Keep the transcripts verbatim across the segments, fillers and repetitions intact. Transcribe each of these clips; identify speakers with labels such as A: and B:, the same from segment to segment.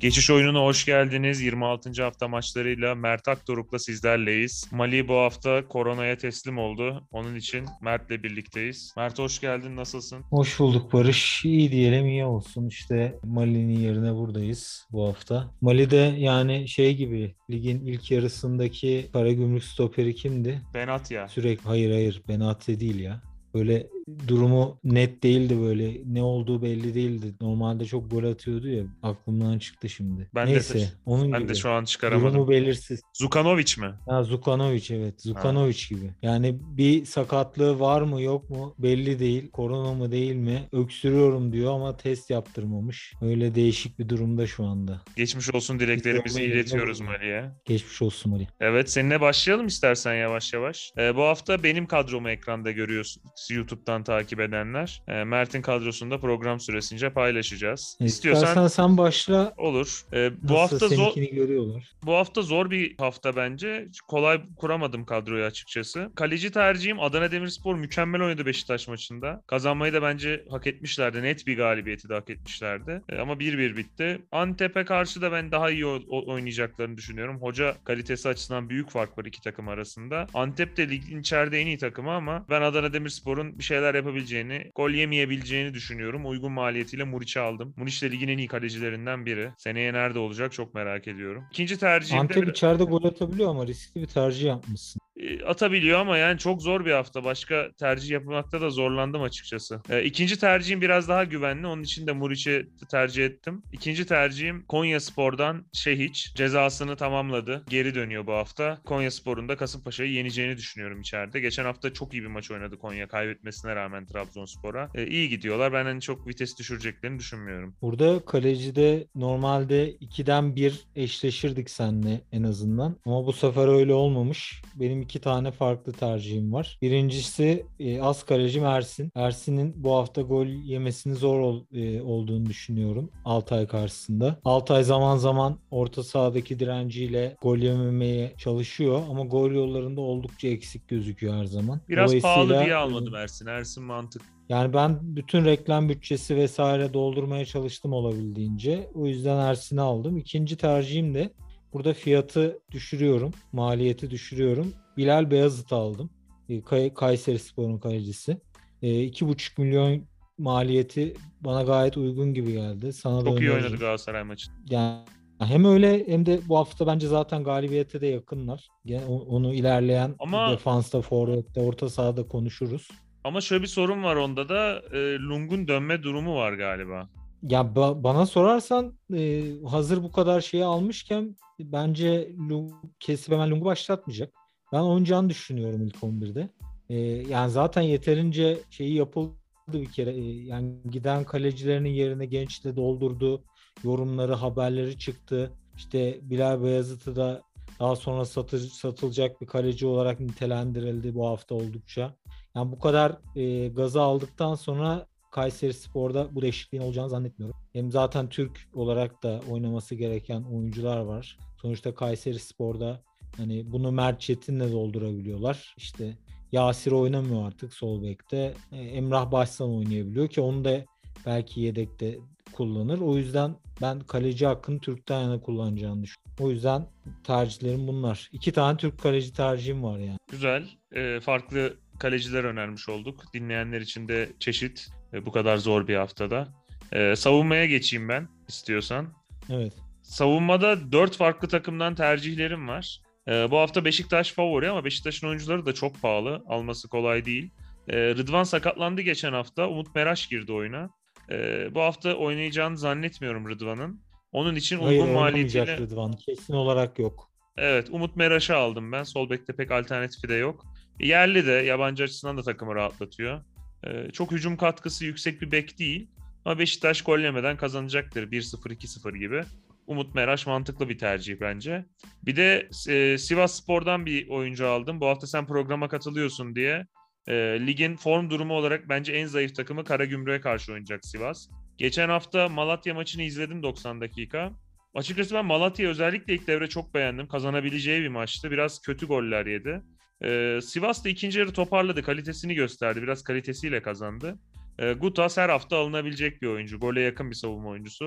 A: Geçiş oyununa hoş geldiniz. yirmi altıncı hafta maçlarıyla Mert Aktoruk'la sizlerleyiz. Mali bu hafta koronaya teslim oldu. Onun için Mert'le birlikteyiz. Mert hoş geldin. Nasılsın?
B: Hoş bulduk Barış. İyi diyelim iyi olsun. İşte Mali'nin yerine buradayız bu hafta. Mali'de yani şey gibi ligin ilk yarısındaki Karagümrük stoperi kimdi?
A: Benatya.
B: Sürekli hayır hayır Benate değil ya. Böyle durumu net değildi böyle. Ne olduğu belli değildi. Normalde çok gol atıyordu ya. Aklımdan çıktı şimdi.
A: Ben de
B: Neyse onun
A: ben de
B: gibi.
A: şu an çıkaramadım.
B: Durumu belirsiz.
A: Zukanovic mi?
B: Ha, Zukanovic evet.
A: Ha.
B: Zukanovic gibi. Yani bir sakatlığı var mı yok mu belli değil. Korona mı değil mi? Öksürüyorum diyor ama test yaptırmamış. Öyle değişik bir durumda şu anda.
A: Geçmiş olsun
B: Biz de onun
A: dileklerimizi
B: yerine
A: iletiyoruz
B: burada.
A: Mali'ye.
B: Geçmiş olsun Ali.
A: Evet, seninle başlayalım istersen yavaş yavaş. Ee, bu hafta benim kadromu ekranda görüyorsunuz YouTube'dan takip edenler. Ee, Mert'in kadrosunu da program süresince paylaşacağız.
B: E,
A: İstiyorsan
B: istersen sen başla.
A: olur. Ee, bu
B: Nasıl
A: hafta zor
B: seninkini görüyorlar.
A: Bu hafta zor bir hafta bence. Kolay kuramadım kadroyu açıkçası. Kaleci tercihim Adana Demirspor mükemmel oynadı Beşiktaş maçında. Kazanmayı da bence hak etmişlerdi. Net bir galibiyeti de hak etmişlerdi. E, ama bir bir bitti. Antep'e karşı da ben daha iyi o- oynayacaklarını düşünüyorum. Hoca kalitesi açısından büyük fark var iki takım arasında. Antep de ligin içeride en iyi takımı ama ben Adana Demirspor'un bir şeyler yapabileceğini, gol yemeyebileceğini düşünüyorum. Uygun maliyetiyle Muriç'i aldım. Muriç de ligin en iyi kalecilerinden biri. Seneye nerede olacak çok merak ediyorum. İkinci tercihimde
B: Antep
A: bir
B: içeride gol atabiliyor ama riskli bir tercih yapmışsın.
A: e, atabiliyor ama yani çok zor bir hafta. Başka tercih yapmakta da zorlandım açıkçası. E, ikinci tercihim biraz daha güvenli. Onun için de Muriç'i tercih ettim. İkinci tercihim Konyaspor'dan Şehiç. Cezasını tamamladı. Geri dönüyor bu hafta. Konyaspor'un da Kasımpaşa'yı yeneceğini düşünüyorum içeride. Geçen hafta çok iyi bir maç oynadı Konya kaybetmesine rağmen Trabzonspor'a. E, iyi gidiyorlar. Ben hani çok vites düşüreceklerini düşünmüyorum.
B: Burada kalecide normalde ikiden bir eşleşirdik seninle en azından. Ama bu sefer öyle olmamış. Benim iki tane farklı tercihim var. Birincisi e, az kalecim Ersin. Ersin'in bu hafta gol yemesini zor ol- e, olduğunu düşünüyorum Altay karşısında. Altay zaman zaman orta sahadaki direnciyle gol yememeye çalışıyor ama gol yollarında oldukça eksik gözüküyor her zaman.
A: Biraz pahalı diye
B: Dolayısıyla
A: almadım Ersin. Ersin mantık.
B: yani ben bütün reklam bütçesi vesaire doldurmaya çalıştım olabildiğince. O yüzden Ersin'i aldım. İkinci tercihim de burada fiyatı düşürüyorum. Maliyeti düşürüyorum. Bilal Beyazıt'ı aldım. E, Kay Kayserispor'un kalecisi. E, iki buçuk milyon maliyeti bana gayet uygun gibi geldi. Sana da
A: Çok iyi oynadı
B: öneririm.
A: Galatasaray maçı.
B: Yani hem öyle hem de bu hafta bence zaten galibiyete de yakınlar. Yani onu ilerleyen
A: Ama
B: defansta, forvette, orta sahada konuşuruz.
A: Ama şöyle bir sorun var onda da e, Lung'un dönme durumu var galiba.
B: Ya ba- bana sorarsan e, hazır bu kadar şeyi almışken bence Lu kesip hemen Lung'u başlatmayacak. Ben oynayacağını düşünüyorum ilk on birde. E, yani zaten yeterince şeyi yapıldı bir kere. E, yani giden kalecilerinin yerine gençle doldurdu. Yorumları, haberleri çıktı. İşte Bilal Beyazıt'ı da daha sonra satı- satılacak bir kaleci olarak nitelendirildi bu hafta oldukça. Yani bu kadar e, gazı aldıktan sonra Kayserispor'da bu değişikliğin olacağını zannetmiyorum. Hem zaten Türk olarak da oynaması gereken oyuncular var. Sonuçta Kayserispor'da hani bunu Mert Çetin'le doldurabiliyorlar. İşte Yasir oynamıyor artık sol bekte. E, Emrah Başsan oynayabiliyor ki onu da belki yedekte kullanır. O yüzden ben kaleci hakkını Türk'ten yana kullanacağını düşünüyorum. O yüzden tercihlerim bunlar. İki tane Türk kaleci tercihim var yani.
A: Güzel. E, farklı kaleciler önermiş olduk. Dinleyenler için de çeşit e, bu kadar zor bir haftada. E, savunmaya geçeyim ben istiyorsan.
B: Evet.
A: Savunmada dört farklı takımdan tercihlerim var. E, bu hafta Beşiktaş favori ama Beşiktaş'ın oyuncuları da çok pahalı. Alması kolay değil. E, Rıdvan sakatlandı geçen hafta. Umut Meraş girdi oyuna. E, bu hafta oynayacağını zannetmiyorum Rıdvan'ın. Onun için
B: Hayır
A: uygun
B: oynamayacak
A: maliyetiyle
B: Rıdvan. Kesin olarak yok.
A: evet, Umut Meraş'ı aldım ben. Sol bekte pek alternatifi de yok. Yerli de yabancı açısından da takımı rahatlatıyor. Ee, çok hücum katkısı yüksek bir bek değil. Ama Beşiktaş gol yemeden kazanacaktır. bir sıfır iki sıfır gibi. Umut Meraş mantıklı bir tercih bence. Bir de e, Sivasspor'dan bir oyuncu aldım. Bu hafta sen programa katılıyorsun diye. E, ligin form durumu olarak bence en zayıf takımı Karagümrük'e karşı oynayacak Sivas. Geçen hafta Malatya maçını izledim doksan dakika. Açıkçası ben Malatya'yı özellikle ilk devre çok beğendim. Kazanabileceği bir maçtı. Biraz kötü goller yedi. Ee, Sivas da ikinci yarı toparladı. Kalitesini gösterdi. Biraz kalitesiyle kazandı. Ee, Gutas her hafta alınabilecek bir oyuncu. Gole yakın bir savunma oyuncusu.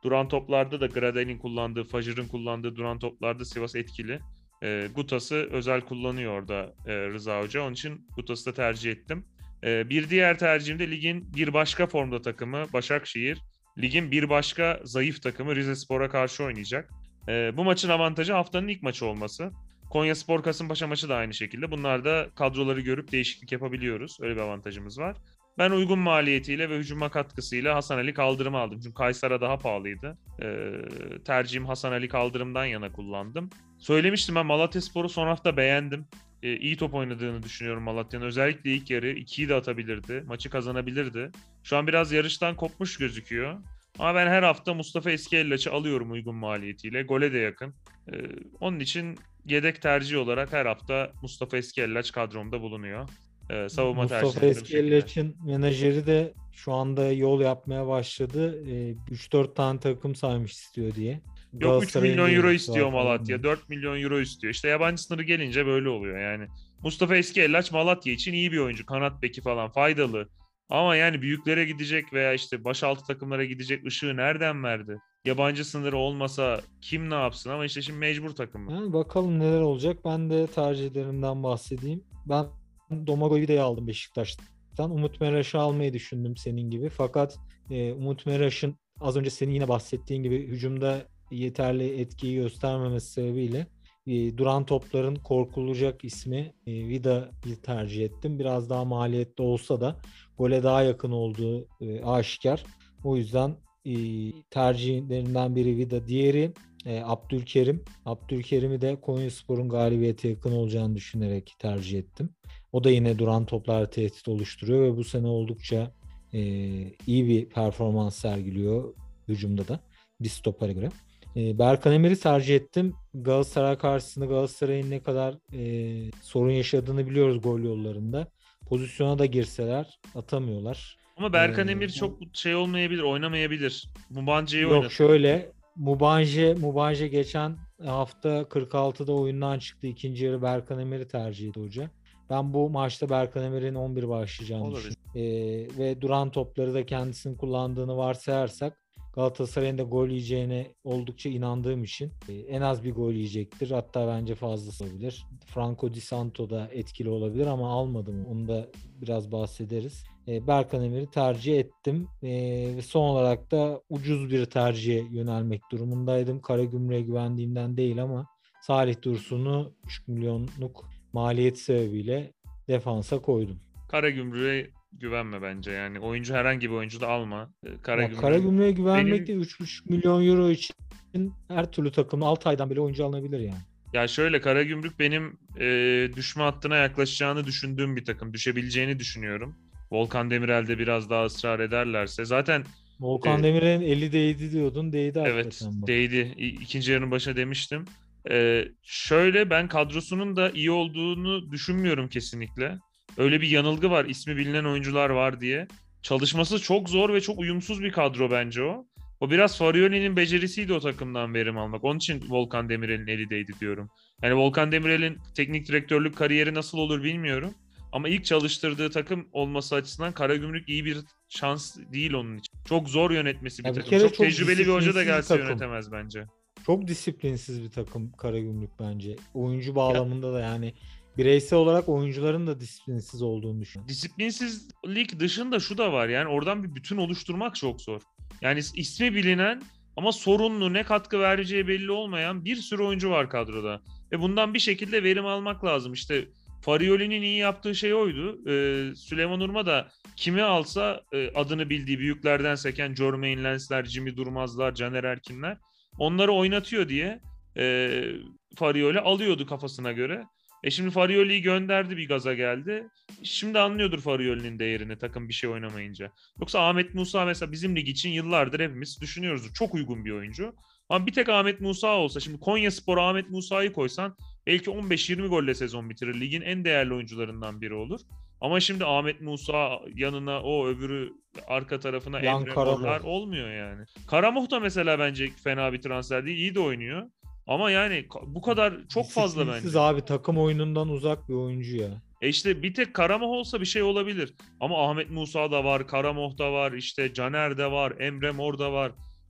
A: Duran toplarda da Gradel'in kullandığı, Fajr'ın kullandığı duran toplarda Sivas etkili. E, Gutas'ı özel kullanıyor orada e, Rıza Hoca. Onun için Gutas'ı da tercih ettim. E, bir diğer tercihim de ligin bir başka formda takımı Başakşehir. Ligin bir başka zayıf takımı Rizespor'a karşı oynayacak. E, bu maçın avantajı haftanın ilk maçı olması. Konyaspor Kasımpaşa maçı da aynı şekilde. Bunlar da kadroları görüp değişiklik yapabiliyoruz. Öyle bir avantajımız var. Ben uygun maliyetiyle ve hücuma katkısıyla Hasan Ali Kaldırım'ı aldım. Çünkü Kaysera daha pahalıydı. Ee, tercihim Hasan Ali Kaldırım'dan yana kullandım. Söylemiştim, ben Malatyaspor'u son hafta beğendim. Ee, iyi top oynadığını düşünüyorum Malatya'nın. Özellikle ilk yarı ikiyi de atabilirdi. Maçı kazanabilirdi. Şu an biraz yarıştan kopmuş gözüküyor. Ama ben her hafta Mustafa Eskiellaç'ı alıyorum uygun maliyetiyle. Gole de yakın. Ee, onun için yedek tercih olarak her hafta Mustafa Eskiellaç kadromda bulunuyor. Ee, savunma
B: Mustafa
A: tercihlerim de bu şekilde.
B: Eskiellaç'ın menajeri de şu anda yol yapmaya başladı. Ee, üç dört tane takım saymış istiyor diye.
A: Yok, üç
B: Galatasaray'ın
A: milyon
B: da
A: euro
B: ilgisi var
A: istiyor
B: falan
A: Malatya.
B: demiş.
A: dört milyon euro istiyor. İşte yabancı sınırı gelince böyle oluyor yani. Mustafa Eskiellaç Malatya için iyi bir oyuncu. Kanat beki falan faydalı. Ama yani büyüklere gidecek veya işte başaltı takımlara gidecek ışığı nereden verdi? Yabancı sınırı olmasa kim ne yapsın, ama işte şimdi mecbur takım.
B: Yani bakalım neler olacak. Ben de tercihlerimden bahsedeyim. Ben Domagovide'yi aldım Beşiktaş'tan. Umut Meraş'ı almayı düşündüm senin gibi. Fakat e, Umut Meraş'ın az önce senin yine bahsettiğin gibi hücumda yeterli etkiyi göstermemesi sebebiyle e, duran topların korkulacak ismi e, Vida'yı tercih ettim. Biraz daha maliyetli olsa da gole daha yakın olduğu e, aşikar. O yüzden e, tercihlerinden biri Vida. Diğeri e, Abdülkerim. Abdülkerim'i de Konyaspor'un galibiyete yakın olacağını düşünerek tercih ettim. O da yine duran toplar tehdit oluşturuyor ve bu sene oldukça e, iyi bir performans sergiliyor hücumda da bir stopere göre. E, Berkan Emir'i tercih ettim. Galatasaray karşısında Galatasaray'ın ne kadar e, sorun yaşadığını biliyoruz gol yollarında. Pozisyona da girseler atamıyorlar.
A: Ama Berkan
B: E,
A: Emir çok şey olmayabilir, oynamayabilir. Mubancı'yı
B: Yok
A: oynat.
B: şöyle Mubanje Mubanje geçen hafta kırk altıda oyundan çıktı. İkinci yarı Berkan Emir'i tercih etti hoca. Ben bu maçta Berkan Emir'in on bir başlayacağını
A: Olabilir.
B: düşünüyorum. Ee, ve duran topları da kendisinin kullandığını varsayarsak Galatasaray'ın da gol yiyeceğine oldukça inandığım için e, en az bir gol yiyecektir. Hatta bence fazlası olabilir. Franco Di Santo da etkili olabilir ama almadım. Onu da biraz bahsederiz. E, Berkan Emir'i tercih ettim. E, ve son olarak da ucuz bir tercihe yönelmek durumundaydım. Karagümrük'e güvendiğimden değil ama Salih Dursun'u üç milyonluk maliyet sebebiyle defansa koydum.
A: Karagümrük'e güvenme bence yani. Oyuncu, herhangi bir oyuncu da alma. Ee,
B: Ya
A: Karagümrük'ün
B: Karagümrük'e güvenmek de
A: benim
B: üç buçuk milyon euro için her türlü takımın altı aydan bile oyuncu alınabilir yani.
A: ya şöyle, Karagümrük benim e, düşme hattına yaklaşacağını düşündüğüm bir takım. Düşebileceğini düşünüyorum. Volkan Demirel'de biraz daha ısrar ederlerse. Zaten
B: Volkan
A: e,
B: Demirel'in eli değdi diyordun. Değdi
A: evet,
B: hakikaten bak.
A: değdi. İ- İkinci yarının başına demiştim. E, şöyle, ben kadrosunun da iyi olduğunu düşünmüyorum kesinlikle. Öyle bir yanılgı var, ismi bilinen oyuncular var diye. Çalışması çok zor ve çok uyumsuz bir kadro bence o. O biraz Farioli'nin becerisiydi o takımdan verim almak. Onun için Volkan Demirel'in eli değdi diyorum. Yani Volkan Demirel'in teknik direktörlük kariyeri nasıl olur bilmiyorum. Ama ilk çalıştırdığı takım olması açısından Karagümrük iyi bir şans değil onun için. Çok zor yönetmesi bir
B: Ya bir
A: takım.
B: kere
A: Çok
B: çok
A: tecrübeli bir hoca da
B: disiplinsiz bir
A: gelse
B: takım.
A: yönetemez bence.
B: Çok disiplinsiz bir takım Karagümrük bence. Oyuncu
A: Ya,
B: bağlamında da yani bireysel olarak oyuncuların da disiplinsiz olduğunu düşünüyorum.
A: disiplinsizlik dışında şu da var. Yani oradan bir bütün oluşturmak çok zor. Yani ismi bilinen ama sorunlu, ne katkı vereceği belli olmayan bir sürü oyuncu var kadroda. Ve bundan bir şekilde verim almak lazım. İşte Farioli'nin iyi yaptığı şey oydu. Ee, Süleyman Urma da kimi alsa e, adını bildiği büyüklerden seken Jermaine Lens'ler, Jimmy Durmaz'lar, Caner Erkin'ler, onları oynatıyor diye e, Farioli alıyordu kafasına göre. E şimdi Farioli'yi gönderdi, bir gaza geldi. Şimdi anlıyordur Farioli'nin değerini takım bir şey oynamayınca. Yoksa Ahmet Musa mesela bizim lig için yıllardır hepimiz düşünüyoruz. Çok uygun bir oyuncu. Ama bir tek Ahmet Musa olsa, şimdi Konyaspor'a Ahmet Musa'yı koysan belki on beş yirmi golle sezon bitirir. Ligin en değerli oyuncularından biri olur. Ama şimdi Ahmet Musa yanına o öbürü arka tarafına
B: Yan
A: Emre Morlar
B: Karamoh.
A: olmuyor yani. Karamoh da mesela bence fena bir transfer değil. İyi de oynuyor. Ama yani bu kadar çok fazla
B: Disiplinsiz
A: bence.
B: abi takım oyunundan uzak bir oyuncu ya.
A: E işte bir tek Karamoh olsa bir şey olabilir. Ama Ahmet Musa da var, Karamoh da var, işte Caner de var, Emre Mor da var.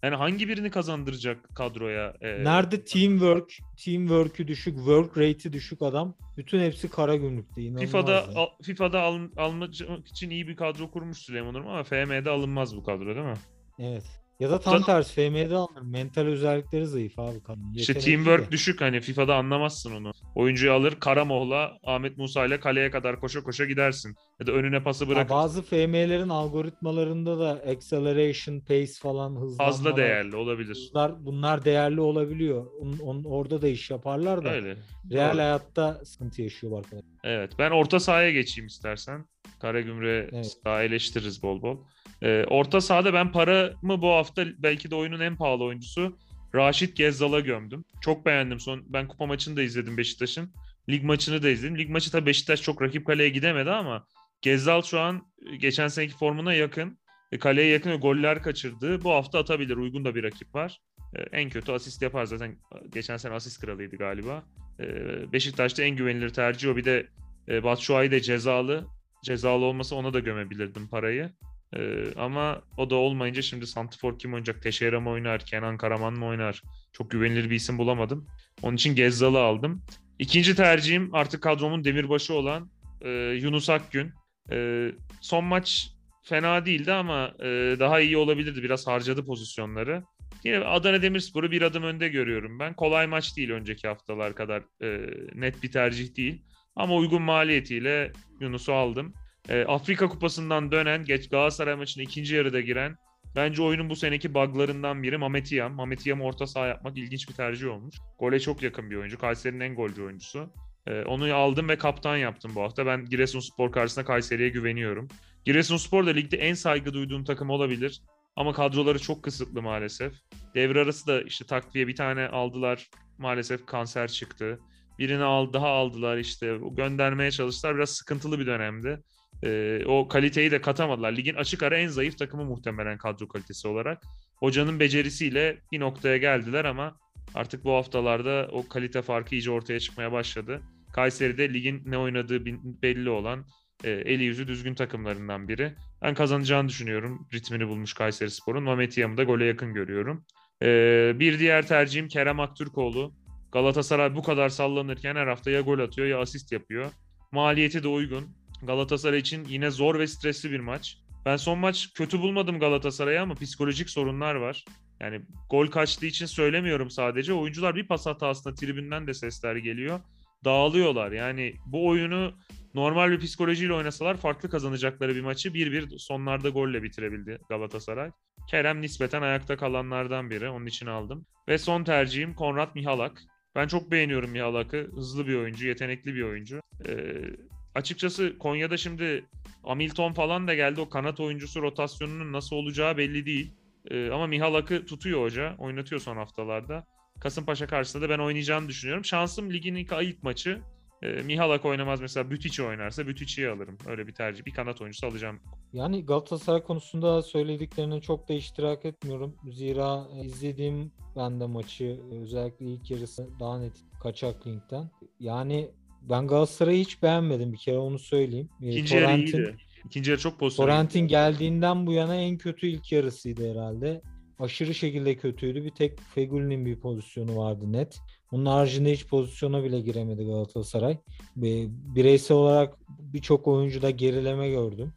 A: Yani hangi birini kazandıracak kadroya? Ee,
B: Nerede teamwork, teamwork'ü düşük, work rate'i düşük adam. Bütün hepsi Karagümrük'te. İnanılmaz
A: FIFA'da
B: ya.
A: al- FIFA'da al, almak için iyi bir kadro kurmuş Süleyman Urma ama F M'de alınmaz bu kadro değil mi?
B: Evet. Ya da tam
A: Zaten
B: tersi F M'de alınır. Mental özellikleri zayıf abi kadın.
A: işte
B: Yetenekli
A: teamwork
B: de.
A: düşük, hani FIFA'da anlamazsın onu. Oyuncuyu alır Karamoğlu'la Ahmet Musa ile kaleye kadar koşa koşa gidersin. Ya da önüne pası
B: Ya
A: bırakırsın.
B: bazı F M'lerin algoritmalarında da acceleration, pace falan
A: Fazla
B: hızlanmalar,
A: değerli olabilir.
B: hızlar bunlar değerli olabiliyor. Onun, onun- orada da iş yaparlar da
A: Öyle.
B: real
A: Doğru.
B: hayatta sıkıntı yaşıyor arkadaşlar.
A: Evet. Ben orta sahaya geçeyim istersen. Karagümrük'e
B: Evet.
A: daha eleştiririz bol bol. Ee, orta sahada ben paramı bu hafta belki de oyunun en pahalı oyuncusu Raşit Gezzal'a gömdüm. Çok beğendim. Son ben kupa maçını da izledim Beşiktaş'ın. Lig maçını da izledim. Lig maçı tabii Beşiktaş çok rakip kaleye gidemedi ama Gezzal şu an e, geçen seneki formuna yakın. E, kaleye yakın ve goller kaçırdı. Bu hafta atabilir. Uygun da bir rakip var. E, en kötü asist yapar zaten. Geçen sene asist kralıydı galiba. E, Beşiktaş'ta en güvenilir tercih o. Bir de e, Batshuayi de cezalı. Cezalı olmasa ona da gömebilirdim parayı. Ee, ama o da olmayınca şimdi santrfor kim oynayacak? Teixeira mı oynar? Kenan Karaman mı oynar? Çok güvenilir bir isim bulamadım. Onun için Gezzal'ı aldım. İkinci tercihim artık kadromun demirbaşı olan e, Yunus Akgün. E, son maç fena değildi ama e, daha iyi olabilirdi. Biraz harcadı pozisyonları. Yine Adana Demirspor'u bir adım önde görüyorum ben. Kolay maç değil önceki haftalar kadar. E, net bir tercih değil. Ama uygun maliyetiyle Yunus'u aldım. E, Afrika Kupası'ndan dönen, geç Galatasaray maçına ikinci yarıda giren, bence oyunun bu seneki buglarından biri Mehmet Iyam. Mehmet Iyam'ı orta saha yapmak ilginç bir tercih olmuş. Gole çok yakın bir oyuncu. Kayseri'nin en golcü oyuncusu. E, onu aldım ve kaptan yaptım bu hafta. Ben Giresunspor karşısında Kayseri'ye güveniyorum. Giresunspor da ligde en saygı duyduğum takım olabilir. Ama kadroları çok kısıtlı maalesef. Devre arası da işte takviye bir tane aldılar. Maalesef kanser çıktı. Birini al, daha aldılar işte. Göndermeye çalıştılar. Biraz sıkıntılı bir dönemdi. Ee, o kaliteyi de katamadılar. Ligin açık ara en zayıf takımı muhtemelen kadro kalitesi olarak. Hocanın becerisiyle bir noktaya geldiler ama artık bu haftalarda o kalite farkı iyice ortaya çıkmaya başladı. Kayseri'de ligin ne oynadığı belli olan e, eli yüzü düzgün takımlarından biri. Ben kazanacağını düşünüyorum. Ritmini bulmuş Kayserispor'un. Mehmet Yam'ı da gole yakın görüyorum. Ee, bir diğer tercihim Kerem Aktürkoğlu. Galatasaray bu kadar sallanırken her hafta ya gol atıyor ya asist yapıyor. Maliyeti de uygun. Galatasaray için yine zor ve stresli bir maç. Ben son maç kötü bulmadım Galatasaray'ı ama psikolojik sorunlar var. Yani gol kaçtığı için söylemiyorum sadece. Oyuncular bir pas hatasında tribünden de sesler geliyor. Dağılıyorlar. Yani bu oyunu normal bir psikolojiyle oynasalar farklı kazanacakları bir maçı bir bir sonlarda golle bitirebildi Galatasaray. Kerem nispeten ayakta kalanlardan biri. Onun için aldım. Ve son tercihim Konrad Mihalak. Ben çok beğeniyorum Mihalak'ı. Hızlı bir oyuncu, yetenekli bir oyuncu. Ee, açıkçası Konya'da şimdi Hamilton falan da geldi. O kanat oyuncusu rotasyonunun nasıl olacağı belli değil. Ee, ama Mihalak'ı tutuyor hoca. Oynatıyor son haftalarda. Kasımpaşa karşısında da ben oynayacağını düşünüyorum. Şansım ligin ilk, ilk maçı. Ee, Mihalak oynamaz mesela Bütiç'i oynarsa Bütiç'i alırım. Öyle bir tercih. Bir kanat oyuncusu alacağım.
B: Yani Galatasaray konusunda söylediklerine çok da iştirak etmiyorum. Zira e, izlediğim ben de maçı e, özellikle ilk yarısı daha net kaçak linkten. Yani ben Galatasaray'ı hiç beğenmedim bir kere onu söyleyeyim. E,
A: İkinci yarı
B: Torrent'in
A: iyiydi. İkinci yarı çok pozisyona
B: Torrent'in
A: girdi.
B: geldiğinden bu yana en kötü ilk yarısıydı herhalde. Aşırı şekilde kötüydü. Bir tek Fegüli'nin bir pozisyonu vardı net. Onun haricinde hiç pozisyona bile giremedi Galatasaray. Bireysel olarak birçok oyuncuda gerileme gördüm.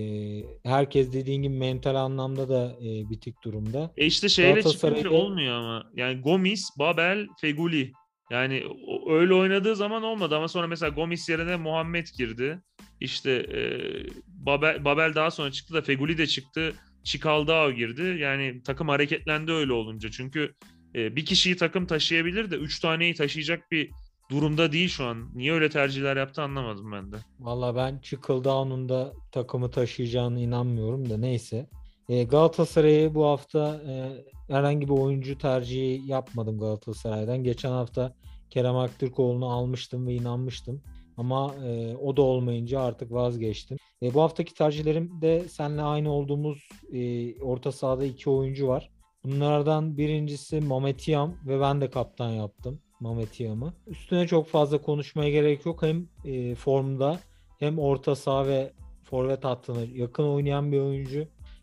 B: Herkes dediğin gibi mental anlamda da bitik durumda.
A: E işte şeyle çıkınca
B: Galatasaray'da
A: olmuyor ama. Yani Gomis, Babel, Feguli. Yani o- öyle oynadığı zaman olmadı ama sonra mesela Gomis yerine Muhammed girdi. İşte e, Babel, Babel daha sonra çıktı da Feguli de çıktı. Çikaldao girdi. Yani takım hareketlendi öyle olunca. Çünkü e, bir kişiyi takım taşıyabilir de üç taneyi taşıyacak bir durumda değil şu an. Niye öyle tercihler yaptı anlamadım ben de.
B: valla ben Çıkıldoğan'ın da takımı taşıyacağına inanmıyorum da neyse. E, Galatasaray'ı bu hafta e, herhangi bir oyuncu tercihi yapmadım Galatasaray'dan. Geçen hafta Kerem Aktürkoğlu'nu almıştım ve inanmıştım. Ama e, o da olmayınca artık vazgeçtim. E, bu haftaki tercihlerimde seninle aynı olduğumuz e, orta sahada iki oyuncu var. Bunlardan birincisi Mehmet Yam ve ben de kaptan yaptım Mehmet Yam'ı. Üstüne çok fazla konuşmaya gerek yok. Hem e, formda hem orta saha ve forvet hattına yakın oynayan bir oyuncu.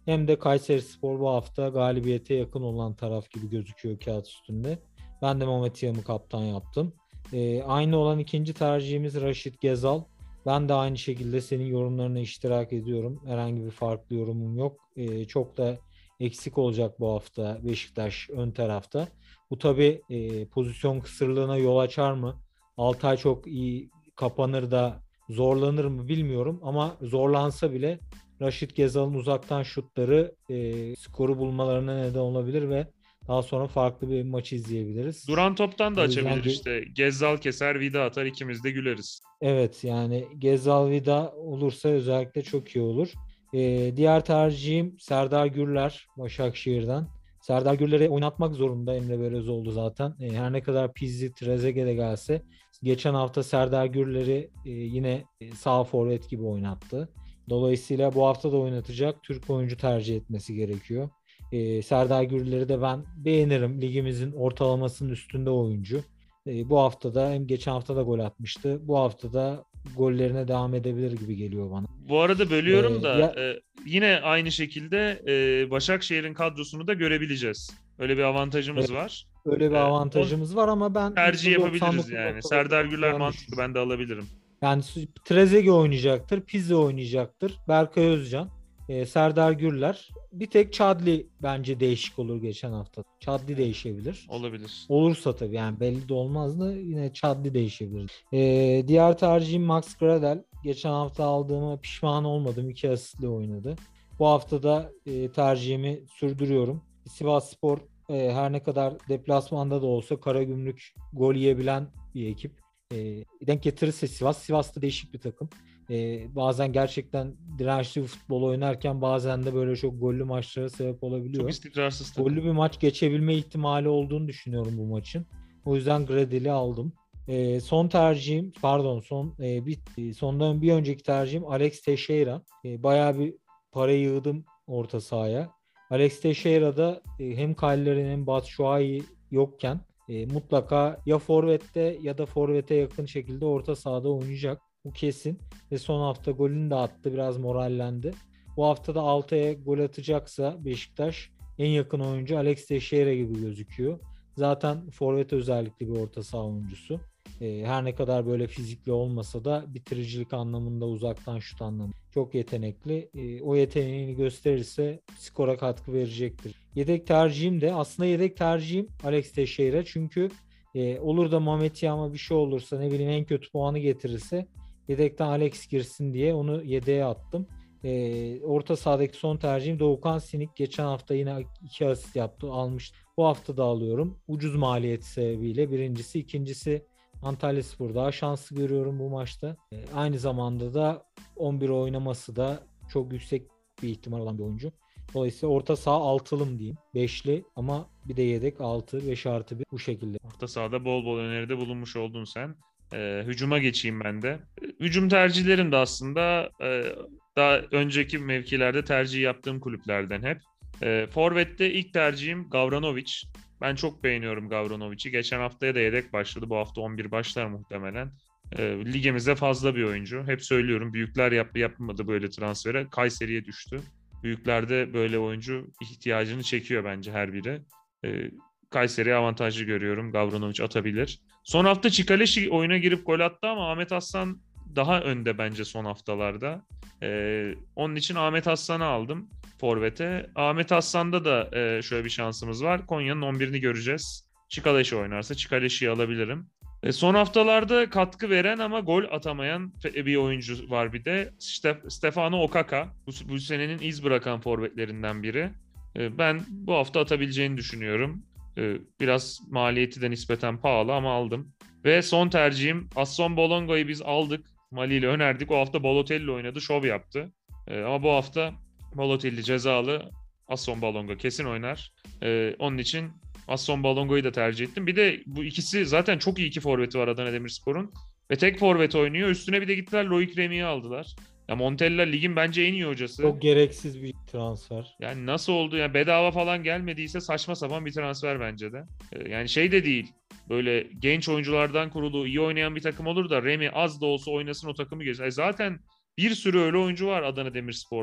B: hem de Kayserispor bu hafta galibiyete yakın olan taraf gibi gözüküyor kağıt üstünde. Ben de Mehmet Yam'ı kaptan yaptım. Ee, aynı olan ikinci tercihimiz Raşit Gezal. Ben de aynı şekilde senin yorumlarına iştirak ediyorum. Herhangi bir farklı yorumum yok. Ee, çok da eksik olacak bu hafta Beşiktaş ön tarafta. Bu tabii e, pozisyon kısırlığına yol açar mı? Altay çok iyi kapanır da zorlanır mı bilmiyorum ama zorlansa bile Raşit Gezal'ın uzaktan şutları e, skoru bulmalarına neden olabilir ve daha sonra farklı bir maç izleyebiliriz.
A: Duran toptan da
B: O yüzden
A: açabilir
B: ge-
A: işte. Gezzal keser, vida atar, ikimiz de güleriz.
B: evet, yani Gezal Vida olursa özellikle çok iyi olur. E, diğer tercihim Serdar Gürler Başakşehir'den. Serdar Gürler'i oynatmak zorunda Emre Belözoğlu zaten. E, her ne kadar Pizzi, Trezeguet de gelse geçen hafta Serdar Gürler'i e, yine sağ forvet gibi oynattı. Dolayısıyla bu hafta da oynatacak Türk oyuncu tercih etmesi gerekiyor. E, Serdar Gürler'i de ben beğenirim. Ligimizin ortalamasının üstünde oyuncu. E, bu hafta da hem geçen hafta da gol atmıştı. Bu hafta da gollerine devam edebilir gibi geliyor bana.
A: Bu arada bölüyorum
B: E,
A: da
B: diğer,
A: e, yine aynı şekilde e, Başakşehir'in kadrosunu da görebileceğiz. Öyle bir avantajımız
B: evet,
A: var.
B: öyle bir
A: E, o
B: avantajımız var ama ben
A: tercih yapabiliriz
B: yüzde doksan dokuz
A: yani.
B: nokta dokuz
A: Serdar Gürler
B: olacağını
A: mantıklı,
B: düşünüyorum.
A: ben de alabilirim.
B: Yani Trezeguet oynayacaktır, Pizzi oynayacaktır, Berkay Özcan, e, Serdar Gürler. Bir tek Chadli bence değişik olur geçen hafta. Chadli
A: Evet,
B: değişebilir.
A: olabilir.
B: Olursa tabii, yani belli de olmaz da yine Chadli değişebilir. E, diğer tercihim Max Gradel. Geçen hafta aldığıma pişman olmadım. İki asistle oynadı. Bu hafta da e, tercihimi sürdürüyorum. Sivasspor e, her ne kadar deplasmanda da olsa Karagümrük gol yiyebilen bir ekip. E, denk getirirse Sivas. Sivas da değişik bir takım. E, bazen gerçekten dirençli bir futbol oynarken bazen de böyle çok gollü maçlara sebep
A: Çok
B: olabiliyor.
A: istikrarsız takım.
B: Gollü bir maç geçebilme ihtimali olduğunu düşünüyorum bu maçın. O yüzden Gradel'i aldım. E, son tercihim, pardon son e, bir sondan bir önceki tercihim Alex Teixeira. E, bayağı bir para yığdım orta sahaya. Alex Teixeira da e, hem Kaller'in hem Batshuayi yokken e, mutlaka ya forvette ya da forvete yakın şekilde orta sahada oynayacak. Bu kesin. Ve son hafta golünü de attı. Biraz morallendi. Bu hafta da Altay'a gol atacaksa Beşiktaş en yakın oyuncu Alex Teixeira gibi gözüküyor. Zaten forvet özellikli bir orta saha oyuncusu. E, her ne kadar böyle fizikli olmasa da bitiricilik anlamında, uzaktan şut anlamında çok yetenekli. E, o yeteneğini gösterirse skora katkı verecektir. Yedek tercihim de aslında yedek tercihim Alex Teixeira. Çünkü e, olur da Mehmet Yama bir şey olursa, ne bileyim en kötü puanı getirirse yedekten Alex girsin diye onu yedeğe attım. E, orta sahadaki son tercihim Doğukan Sinik. Geçen hafta yine iki asist yaptı, almış. Bu hafta da alıyorum. Ucuz maliyet sebebiyle birincisi. ikincisi Antalyaspor daha şanslı görüyorum bu maçta. E, aynı zamanda da on bir oynaması da çok yüksek bir ihtimal olan bir oyuncu. Dolayısıyla orta saha altılım diyeyim. Beşli ama bir de yedek altı, beş artı bir bu şekilde.
A: Orta sahada bol bol öneride bulunmuş oldun sen. Ee, hücuma geçeyim ben de. Hücum tercihlerim de aslında e, daha önceki mevkilerde tercih yaptığım kulüplerden hep. E, Forvet'te ilk tercihim Gavranovic. Ben çok beğeniyorum Gavranovic'i. Geçen haftaya da yedek başladı. Bu hafta on bir başlar muhtemelen. E, ligimizde fazla bir oyuncu. Hep söylüyorum, büyükler yap yapmadı böyle transfere. Kayseri'ye düştü. Büyüklerde böyle oyuncu ihtiyacını çekiyor bence her biri. E, Kayseri'ye avantajlı görüyorum. Gavranovic atabilir. Son hafta Çikaleşi oyuna girip gol attı ama Ahmet Aslan daha önde bence son haftalarda. Ee, onun için Ahmet Aslan'ı aldım forvete. Ahmet Aslan'da da e, şöyle bir şansımız var. Konya'nın on birini göreceğiz. Çikaleşi oynarsa Çikaleşi'yi alabilirim. E, son haftalarda katkı veren ama gol atamayan bir oyuncu var bir de. Stef- Stefano Okaka. Bu, bu senenin iz bırakan forvetlerinden biri. E, ben bu hafta atabileceğini düşünüyorum. Biraz maliyeti de nispeten pahalı ama aldım. Ve son tercihim Asson Bolongo'yu biz aldık. Mali ile önerdik. O hafta Balotelli oynadı. Şov yaptı. Ama bu hafta Balotelli cezalı. Asson Bolongo kesin oynar. Onun için Asson Bolongo'yu da tercih ettim. Bir de bu ikisi zaten çok iyi iki forveti var Adana Demirspor'un. Ve tek forvet oynuyor. Üstüne bir de gittiler Loic Remy'yi aldılar. Ya Montella ligin bence en iyi hocası.
B: Çok gereksiz bir transfer.
A: Yani nasıl oldu? Yani bedava falan gelmediyse saçma sapan bir transfer bence de. Ee, Yani şey de değil. Böyle genç oyunculardan kurulu iyi oynayan bir takım olur da Remy az da olsa oynasın o takımı geçsin. E zaten bir sürü öyle oyuncu var Adana Demirspor'da.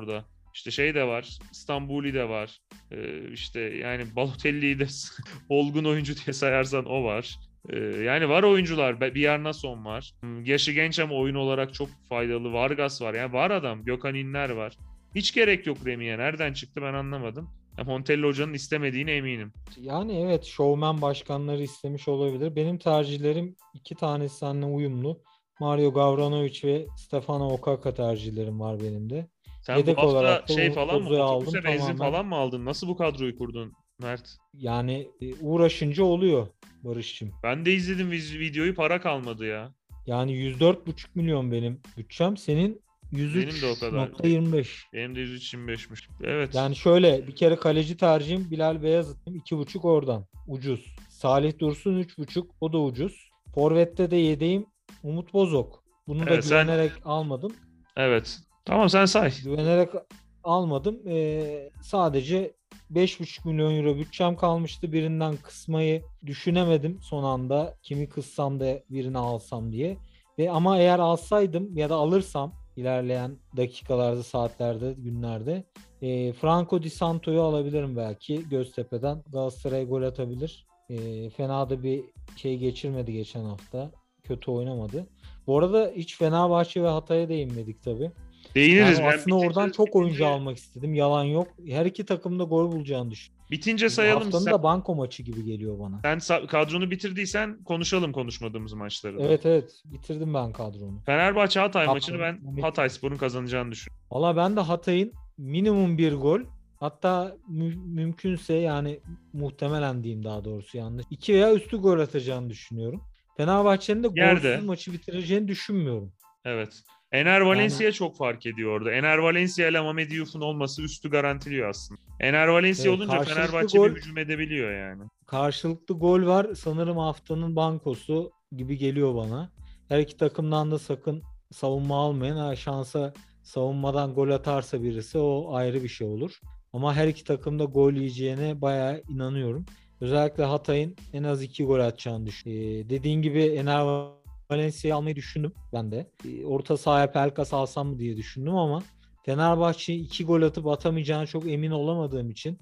A: İşte şey de var. İstanbuli de var. Ee, işte yani Balotelli'yi de olgun oyuncu diye sayarsan o var. Ee, yani var oyuncular. Bjarnason var. Hmm, Yaşı genç ama oyun olarak çok faydalı. Vargas var. Yani var adam. Gökhan İnler var. Hiç gerek yok Remy'ye. Nereden çıktı ben anlamadım. Montella hocanın istemediğine eminim.
B: Yani evet, şovmen başkanları istemiş olabilir. Benim tercihlerim iki tanesi seninle uyumlu. Mario Gavranovic ve Stefano Okaka tercihlerim var benim de.
A: Sen bu
B: Yedek
A: hafta
B: olarak da
A: şey
B: Umut
A: falan mı?
B: Bozo'yu aldım
A: Otobüse benzin
B: tamamen.
A: falan mı aldın? Nasıl bu kadroyu kurdun Mert?
B: Yani e, uğraşınca oluyor Barış'cığım.
A: Ben de izledim viz- videoyu, para kalmadı ya.
B: Yani yüz dört buçuk milyon benim bütçem. Senin
A: Benim de o kadar.
B: yüz üç nokta yirmi beş.
A: Benim de yüz üç yirmi beşmiş. Evet.
B: Yani şöyle, bir kere kaleci tercihim Bilal Beyazıt'ım, iki buçuk oradan. Ucuz. Salih Dursun üç buçuk, o da ucuz. Forvet'te de yedeğim Umut Bozok. Bunu da
A: Evet sen
B: güvenerek almadım.
A: evet. Tamam sen say.
B: Güvenerek almadım. Ee, sadece beş buçuk milyon euro bütçem kalmıştı. Birinden kısmayı düşünemedim son anda. Kimi kıssam da birini alsam diye. Ve ama eğer alsaydım ya da alırsam ilerleyen dakikalarda, saatlerde, günlerde e, Franco Di Santo'yu alabilirim belki. Göztepe'den Galatasaray'a gol atabilir. E, fena da bir şey geçirmedi geçen hafta. Kötü oynamadı. Bu arada hiç Fenerbahçe ve Hatay'a değinmedik tabii.
A: Değiniriz.
B: Yani
A: Ben
B: aslında oradan
A: bitince,
B: çok oyuncu
A: bitince,
B: almak istedim. Yalan yok. Her iki takım da gol bulacağını düşünüyorum.
A: bitince
B: Bu
A: sayalım.
B: haftanın
A: Sen,
B: da banko maçı gibi geliyor bana.
A: sen sa- kadronu bitirdiysen konuşalım konuşmadığımız maçları da.
B: Evet evet, bitirdim ben kadromu.
A: Fenerbahçe Hatay maçını
B: Haftanın
A: ben
B: Mehmet'i.
A: Hatayspor'un kazanacağını düşünüyorum.
B: Valla ben de Hatay'ın minimum bir gol, hatta mü- mümkünse yani muhtemelen diyeyim, daha doğrusu yanlış, iki veya üstü gol atacağını düşünüyorum. Fenerbahçe'nin de golsüz
A: Yerde.
B: maçı bitireceğini düşünmüyorum.
A: Evet. Ener
B: Yani
A: Valencia çok fark ediyor orada. Ener Valencia ile Mehmet Diouf'un olması üstü garantiliyor aslında. Ener Valencia
B: evet,
A: olunca
B: karşılıklı
A: Fenerbahçe
B: gol
A: bir hücum edebiliyor yani.
B: karşılıklı gol var. Sanırım haftanın bankosu gibi geliyor bana. Her iki takımdan da sakın savunma almayın. Ha, şansa savunmadan gol atarsa birisi, o ayrı bir şey olur. Ama her iki takım da gol yiyeceğine bayağı inanıyorum. Özellikle Hatay'ın en az iki gol atacağını düşünüyorum. Ee, dediğin gibi Ener Valencia'yı almayı düşündüm ben de. Ee, orta sahaya Pelkas alsam mı diye düşündüm ama Fenerbahçe iki gol atıp atamayacağına çok emin olamadığım için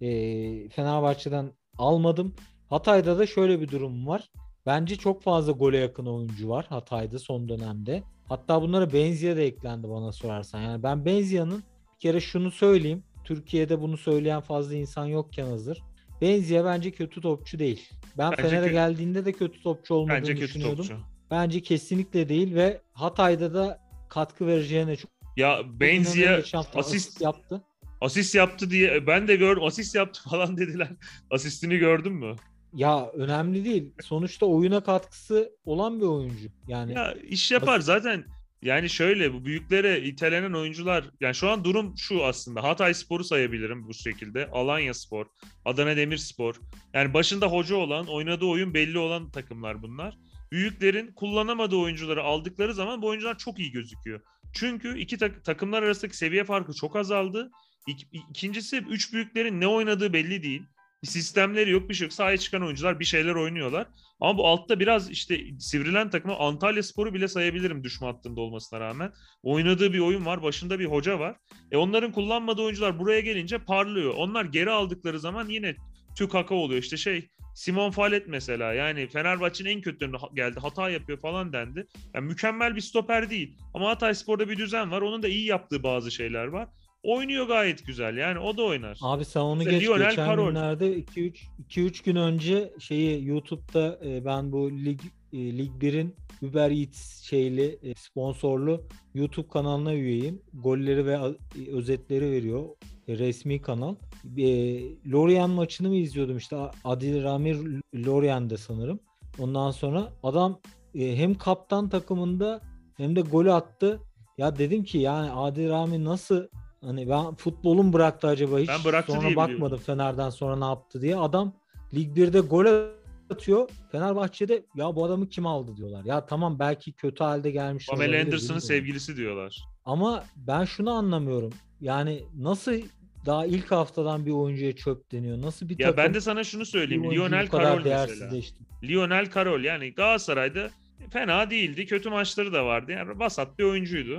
B: e, Fenerbahçe'den almadım. Hatay'da da şöyle bir durum var. Bence çok fazla gole yakın oyuncu var Hatay'da son dönemde. Hatta bunlara Benzia da eklendi bana sorarsan. Yani ben Benzia'nın, bir kere şunu söyleyeyim. Türkiye'de bunu söyleyen fazla insan yokken hazır. Benzia bence kötü topçu değil. Ben
A: Bence
B: Fener'e
A: kö-
B: geldiğinde de kötü topçu olmadığını
A: bence kötü
B: düşünüyordum.
A: topçu.
B: Bence kesinlikle değil ve Hatay'da da katkı vereceğine çok,
A: Ya
B: çok inanıyorum.
A: Benzia
B: Geçen hafta asist
A: asist
B: yaptı.
A: asist yaptı diye ben de gördüm. Asist yaptı falan dediler. Asistini gördün mü?
B: Ya önemli değil. Sonuçta oyuna katkısı olan bir oyuncu. Yani
A: Ya iş yapar
B: as-
A: zaten. Yani şöyle bu büyüklere itelenen oyuncular, yani şu an durum şu aslında. Hatayspor'u sayabilirim bu şekilde. Alanyaspor, Adana Demirspor. Yani başında hoca olan, oynadığı oyun belli olan takımlar bunlar. Büyüklerin kullanamadığı oyuncuları aldıkları zaman bu oyuncular çok iyi gözüküyor. Çünkü iki tak- takımlar arasındaki seviye farkı çok azaldı. İk- İkincisi, üç büyüklerin ne oynadığı belli değil. Bir sistemleri yok, bir şey yok. Sahaya çıkan oyuncular bir şeyler oynuyorlar. Ama bu altta biraz işte sivrilen takımı, Antalyaspor'u bile sayabilirim düşme hattında olmasına rağmen. Oynadığı bir oyun var, başında bir hoca var. E onların kullanmadığı oyuncular buraya gelince parlıyor. Onlar geri aldıkları zaman yine tükaka oluyor. İşte şey, Simon Fallet mesela, yani Fenerbahçe'nin en kötülerinde geldi, hata yapıyor falan dendi. Yani mükemmel bir stoper değil. Ama Hatayspor'da bir düzen var. Onun da iyi yaptığı bazı şeyler var. Oynuyor gayet güzel. Yani o da oynar.
B: Abi sen onu
A: Mesela
B: geç.
A: Lionel
B: Geçen
A: Karol.
B: günlerde iki üç iki üç gün önce şeyi YouTube'da e, ben bu Lig e, Lig bir'in Uber Eats şeyli e, sponsorlu YouTube kanalına üyeyim. Golleri ve a- e, özetleri veriyor. E, resmi kanal. E, Lorient maçını mı izliyordum işte, Adil Ramir Lorient'de sanırım. Ondan sonra adam e, hem kaptan takımında hem de golü attı. Ya dedim ki yani Adil Rami nasıl, hani ben futbolun bıraktı acaba, hiç
A: Ben bıraktı
B: sonra
A: diye biliyorum.
B: bakmadım Fener'den sonra ne yaptı diye. Adam Lig bir'de gol atıyor. Fenerbahçe'de ya bu adamı kim aldı diyorlar. Ya tamam, belki kötü halde gelmiş
A: Pamela
B: olabilir,
A: Anderson'ın
B: bilmiyorum.
A: sevgilisi diyorlar.
B: Ama ben şunu anlamıyorum. Yani nasıl daha ilk haftadan bir oyuncuya çöp deniyor? Nasıl bir
A: Ya ben
B: takım
A: de sana şunu
B: bir
A: söyleyeyim.
B: oyuncuyu
A: Lionel
B: bu kadar
A: Karol mesela.
B: değersizleşti?
A: Lionel Karol yani Galatasaray'da fena değildi. Kötü maçları da vardı. Yani vasat bir oyuncuydu.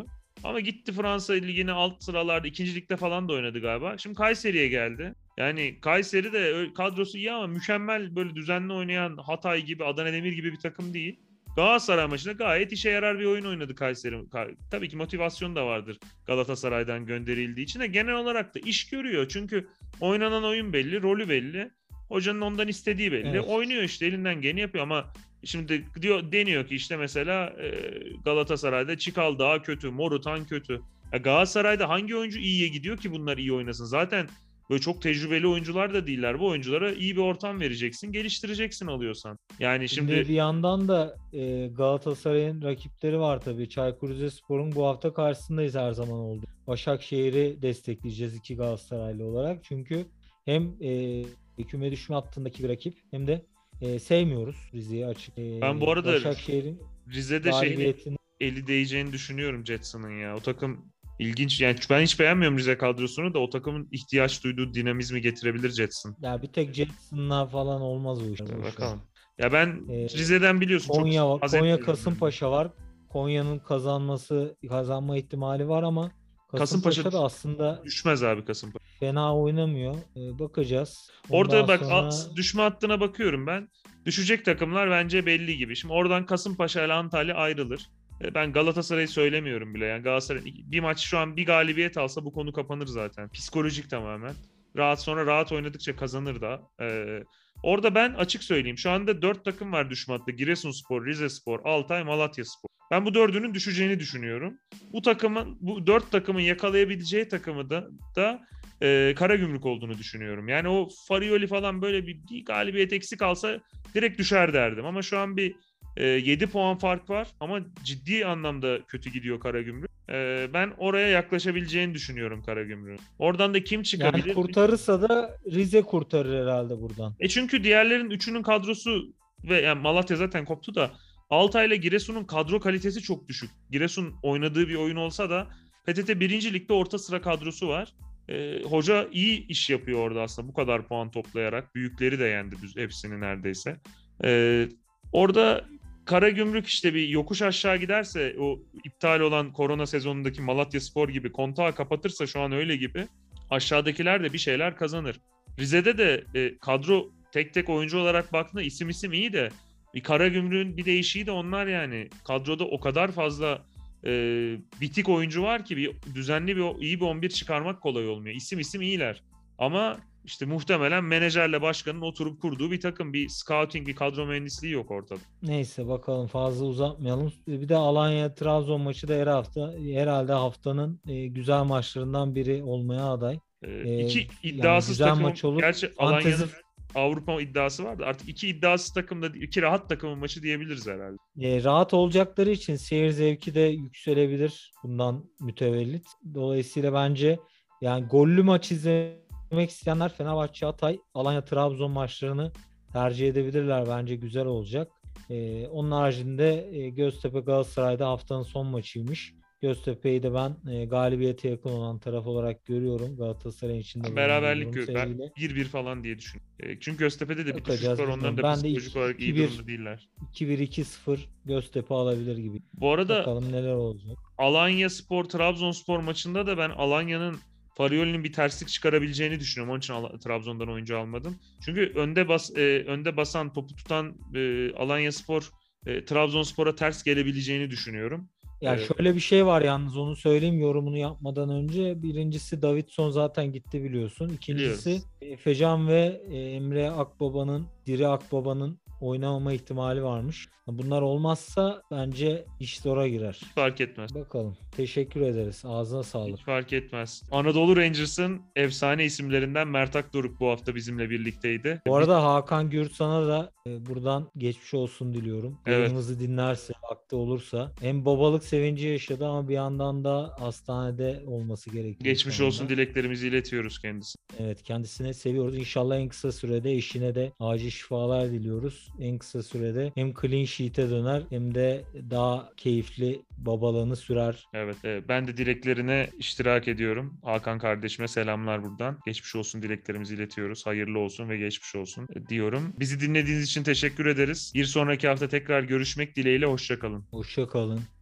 A: Ama gitti Fransa Ligi'ne alt sıralarda ikinci ligde falan da oynadı galiba. Şimdi Kayseri'ye geldi. Yani Kayseri de kadrosu iyi ama mükemmel böyle düzenli oynayan Hatay gibi, Adana Demir gibi bir takım değil. Galatasaray maçında gayet işe yarar bir oyun oynadı Kayseri. Tabii ki motivasyon da vardır Galatasaray'dan gönderildiği için de genel olarak da iş görüyor. Çünkü oynanan oyun belli, rolü belli. Hocanın ondan istediği belli.
B: Evet.
A: Oynuyor işte, elinden geleni yapıyor ama şimdi diyor, deniyor ki işte mesela e, Galatasaray'da Çikal daha kötü, Morutan kötü. Ya Galatasaray'da hangi oyuncu iyiye gidiyor ki bunlar iyi oynasın? Zaten böyle çok tecrübeli oyuncular da değiller. Bu oyunculara iyi bir ortam vereceksin, geliştireceksin alıyorsan. Yani şimdi,
B: Şimdi bir yandan da e, Galatasaray'ın rakipleri var tabii. Çaykur Rizespor'un bu hafta karşısındayız her zaman oldu. Başakşehir'i destekleyeceğiz iki Galatasaraylı olarak. Çünkü hem e, küme düşme hattındaki bir rakip hem de e, sevmiyoruz Rize'yi açık. E,
A: ben bu arada
B: Başakşehir'in
A: Rize'de şeyin
B: galibiyetini
A: eli değeceğini düşünüyorum Jetson'ın ya. O takım ilginç. Yani ben hiç beğenmiyorum Rize kadrosunu da o takımın ihtiyaç duyduğu dinamizmi getirebilir Jetson.
B: ya bir tek Jason'la falan olmaz o işler.
A: Bakalım. Ya ben
B: Ee,
A: Rize'den biliyorsun
B: Konya
A: çok haz
B: Konya
A: etmiyorum.
B: Kasımpaşa var. Konya'nın kazanması kazanma ihtimali var ama
A: Kasımpaşa
B: Kasımpaşa da aslında
A: düşmez abi Kasımpaşa.
B: fena oynamıyor. Ee, bakacağız.
A: Orada
B: Ondan
A: bak
B: sonra
A: düşme hattına bakıyorum ben. Düşecek takımlar bence belli gibi. Şimdi oradan Kasımpaşa ile Antalya ayrılır. E, Ben Galatasaray'ı söylemiyorum bile. Yani Galatasaray bir maç şu an bir galibiyet alsa bu konu kapanır zaten. Psikolojik tamamen. Rahat sonra rahat oynadıkça kazanır da. Ee, orada ben açık söyleyeyim. Şu anda dört takım var düşme hattı. Giresunspor, Rizespor, Altay, Malatyaspor. Ben bu dördünün düşeceğini düşünüyorum. Bu takımın, bu dört takımın yakalayabileceği takımı da, da e, Karagümrük olduğunu düşünüyorum. Yani o Farioli falan böyle bir, bir galibiyet eksik alsa direkt düşer derdim. Ama şu an bir e, yedi puan fark var ama ciddi anlamda kötü gidiyor Karagümrük. E, ben oraya yaklaşabileceğini düşünüyorum Karagümrük'ün. Oradan da kim çıkabilir?
B: yani kurtarırsa da Rize kurtarır herhalde buradan.
A: E çünkü diğerlerin üçünün kadrosu ve yani Malatya zaten koptu da Altay ile Giresun'un kadro kalitesi çok düşük. Giresun oynadığı bir oyun olsa da P T T birinci ligde orta sıra kadrosu var. E, hoca iyi iş yapıyor orada aslında bu kadar puan toplayarak. Büyükleri de yendi hepsini neredeyse. E, orada Karagümrük işte bir yokuş aşağı giderse o iptal olan korona sezonundaki Malatyaspor gibi kontağı kapatırsa şu an öyle gibi aşağıdakiler de bir şeyler kazanır. Rize'de de e, kadro tek tek oyuncu olarak baktığında isim isim iyi de bir Karagümrük'ün bir değişiği de onlar yani. Kadroda o kadar fazla e, bitik oyuncu var ki bir düzenli bir iyi bir on bir çıkarmak kolay olmuyor. İsim isim iyiler. Ama işte muhtemelen menajerle başkanın oturup kurduğu bir takım, bir scouting, bir kadro mühendisliği yok ortada.
B: Neyse bakalım fazla uzatmayalım. Bir de Alanya Trabzon maçı da her hafta herhalde haftanın e, güzel maçlarından biri olmaya aday.
A: E,
B: E,
A: iki
B: yani
A: iddiasız
B: güzel
A: takım.
B: maç olur.
A: Gerçi
B: Fantezi
A: Alanya'nın Avrupa iddiası vardı. Artık iki iddiasız takımda, iki rahat takımın maçı diyebiliriz herhalde.
B: E, rahat olacakları için seyir zevki de yükselebilir bundan mütevellit. Dolayısıyla bence yani gollü maç izlemek isteyenler Fenerbahçe Hatay, Alanya Trabzon maçlarını tercih edebilirler. Bence güzel olacak. E, onun haricinde e, Göztepe Galatasaray'da haftanın son maçıymış. Göztepe'yi de ben e, galibiyete yakın olan taraf olarak görüyorum. Galatasaray'ın içinde
A: Ben beraberlik
B: bulunduğum
A: gör. Ben
B: sebebiyle.
A: bir bir falan diye düşünüyorum. E, çünkü Göztepe'de de bir düşüş
B: Bakacağız
A: var. Onların
B: bilmiyorum.
A: da
B: Ben de
A: psikolojik olarak iyi
B: iki bir
A: durumda değiller.
B: iki bir iki sıfır Göztepe alabilir gibi.
A: Bu arada
B: Bakalım neler olacak.
A: Alanya Spor Trabzonspor maçında da ben Alanya'nın Farioli'nin bir terslik çıkarabileceğini düşünüyorum. Onun için Al- Trabzon'dan oyuncu almadım. Çünkü önde bas e, önde basan, topu tutan e, Alanyaspor e, Trabzonspor'a ters gelebileceğini düşünüyorum.
B: Ya
A: E,
B: şöyle bir şey var yalnız onu söyleyeyim yorumunu yapmadan önce. Birincisi Davidson zaten gitti biliyorsun. İkincisi
A: biliyoruz.
B: Efecan ve e, Emre Akbaba'nın, Diri Akbaba'nın oynamama ihtimali varmış. Bunlar olmazsa bence iş zora girer.
A: Hiç fark etmez.
B: Bakalım. Teşekkür ederiz. Ağzına sağlık.
A: Hiç fark etmez. Anadolu Rangers'ın efsane isimlerinden Mert Akdoruk bu hafta bizimle birlikteydi.
B: Bu arada Hakan Gürsan'a da e, buradan geçmiş olsun diliyorum.
A: Evet.
B: Yayınımızı dinlerse, vakti olursa. Hem babalık sevinci yaşadı ama bir yandan da hastanede olması gerekiyor.
A: Geçmiş
B: şu anda.
A: olsun dileklerimizi iletiyoruz kendisine.
B: Evet, kendisine seviyoruz. İnşallah en kısa sürede eşine de acil şifalar diliyoruz. En kısa sürede hem clean sheet'e döner hem de daha keyifli babalığını sürer.
A: Evet, e, ben de dileklerine iştirak ediyorum. Hakan kardeşime selamlar buradan. Geçmiş olsun dileklerimizi iletiyoruz. Hayırlı olsun ve geçmiş olsun e, diyorum. Bizi dinlediğiniz için teşekkür ederiz. Bir sonraki hafta tekrar görüşmek dileğiyle. Hoşça kalın.
B: Hoşça kalın.